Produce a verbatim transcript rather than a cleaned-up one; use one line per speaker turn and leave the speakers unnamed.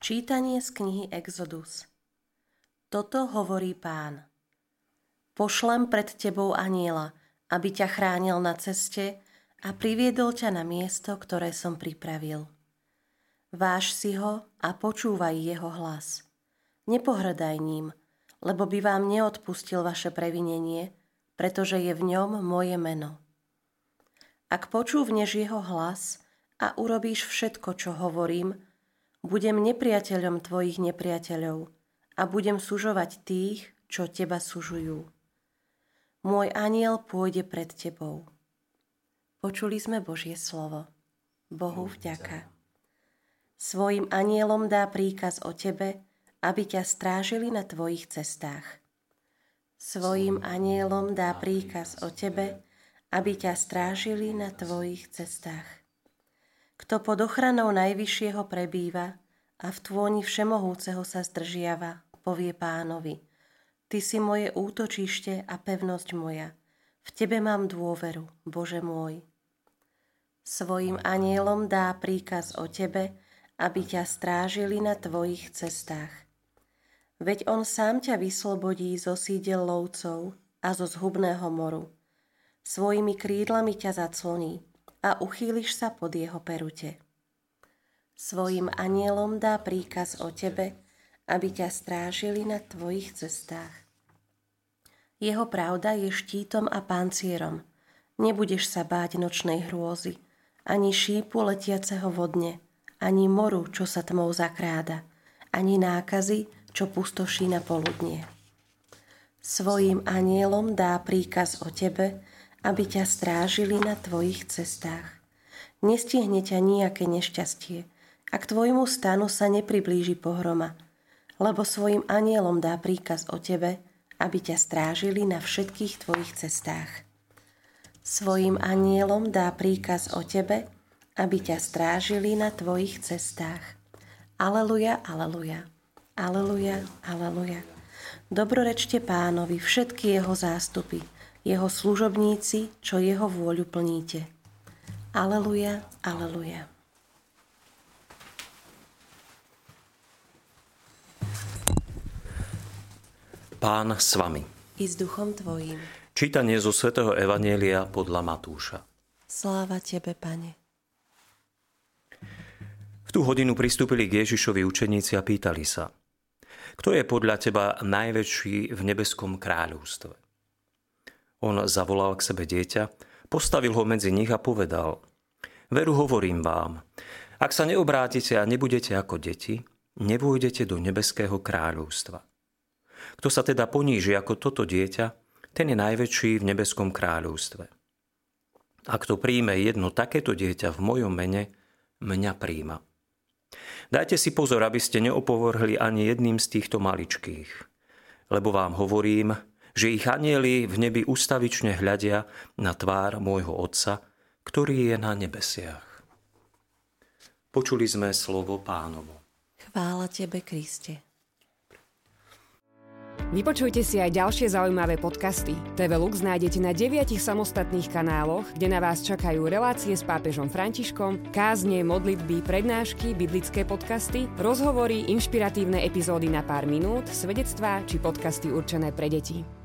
Čítanie z knihy Exodus. Toto hovorí Pán. Pošlem pred tebou anjela, aby ťa chránil na ceste a priviedol ťa na miesto, ktoré som pripravil. Váž si ho a počúvaj jeho hlas. Nepohrdaj ním, lebo by vám neodpustil vaše previnenie, pretože je v ňom moje meno. Ak počúvneš jeho hlas a urobíš všetko, čo hovorím, budem nepriateľom tvojich nepriateľov a budem sužovať tých, čo teba sužujú. Môj anjel pôjde pred tebou. Počuli sme Božie slovo. Bohu vďaka. Svojim anjelom dá príkaz o tebe, aby ťa strážili na tvojich cestách. Svojim anjelom dá príkaz o tebe, aby ťa strážili na tvojich cestách. Kto pod ochranou Najvyššieho prebýva a v tôni Všemohúceho sa zdržiava, povie Pánovi: Ty si moje útočište a pevnosť moja. V tebe mám dôveru, Bože môj. Svojim anjelom dá príkaz o tebe, aby ťa strážili na tvojich cestách. Veď on sám ťa vyslobodí zo sídel lovcov a zo zhubného moru. Svojimi krídlami ťa zacloní a uchýliš sa pod jeho perute. Svojim anjelom dá príkaz o tebe, aby ťa strážili na tvojich cestách. Jeho pravda je štítom a pancierom. Nebudeš sa báť nočnej hrôzy, ani šípu letiaceho vodne, ani moru, čo sa tmou zakráda, ani nákazy, čo pustoší na poludnie. Svojim anjelom dá príkaz o tebe, aby ťa strážili na tvojich cestách. Nestihne ťa nijaké nešťastie, ak tvojmu stanu sa nepriblíži pohroma, lebo svojim anjelom dá príkaz o tebe, aby ťa strážili na všetkých tvojich cestách. Svojim anjelom dá príkaz o tebe, aby ťa strážili na tvojich cestách. Aleluja, aleluja, aleluja, aleluja. Dobrorečte Pánovi všetky jeho zástupy, jeho služobníci, čo jeho vôľu plníte. Aleluja, aleluja.
Pán s vami.
I s duchom tvojím.
Čítanie zo svätého Evanjelia podľa Matúša.
Sláva tebe, Pane.
V tú hodinu pristúpili k Ježišovi učeníci a pýtali sa: Kto je podľa teba najväčší v nebeskom kráľovstve? On zavolal k sebe dieťa, postavil ho medzi nich a povedal: Veru hovorím vám, ak sa neobrátite a nebudete ako deti, nevôjdete do nebeského kráľovstva. Kto sa teda poníži ako toto dieťa, ten je najväčší v nebeskom kráľovstve. A kto príjme jedno takéto dieťa v mojom mene, mňa príjma. Dajte si pozor, aby ste neopovrhli ani jedným z týchto maličkých, lebo vám hovorím, že ich anjeli v nebi ustavične hľadia na tvár môjho Otca, ktorý je na nebesiach. Počuli sme slovo Pánovo.
Chvála tebe, Kriste.
Vypočujte si aj ďalšie zaujímavé podcasty. té vé Lux nájdete na deviatich samostatných kanáloch, kde na vás čakajú relácie s pápežom Františkom, kázne, modlitby, prednášky, biblické podcasty, rozhovory, inšpiratívne epizódy na pár minút, svedectvá či podcasty určené pre deti.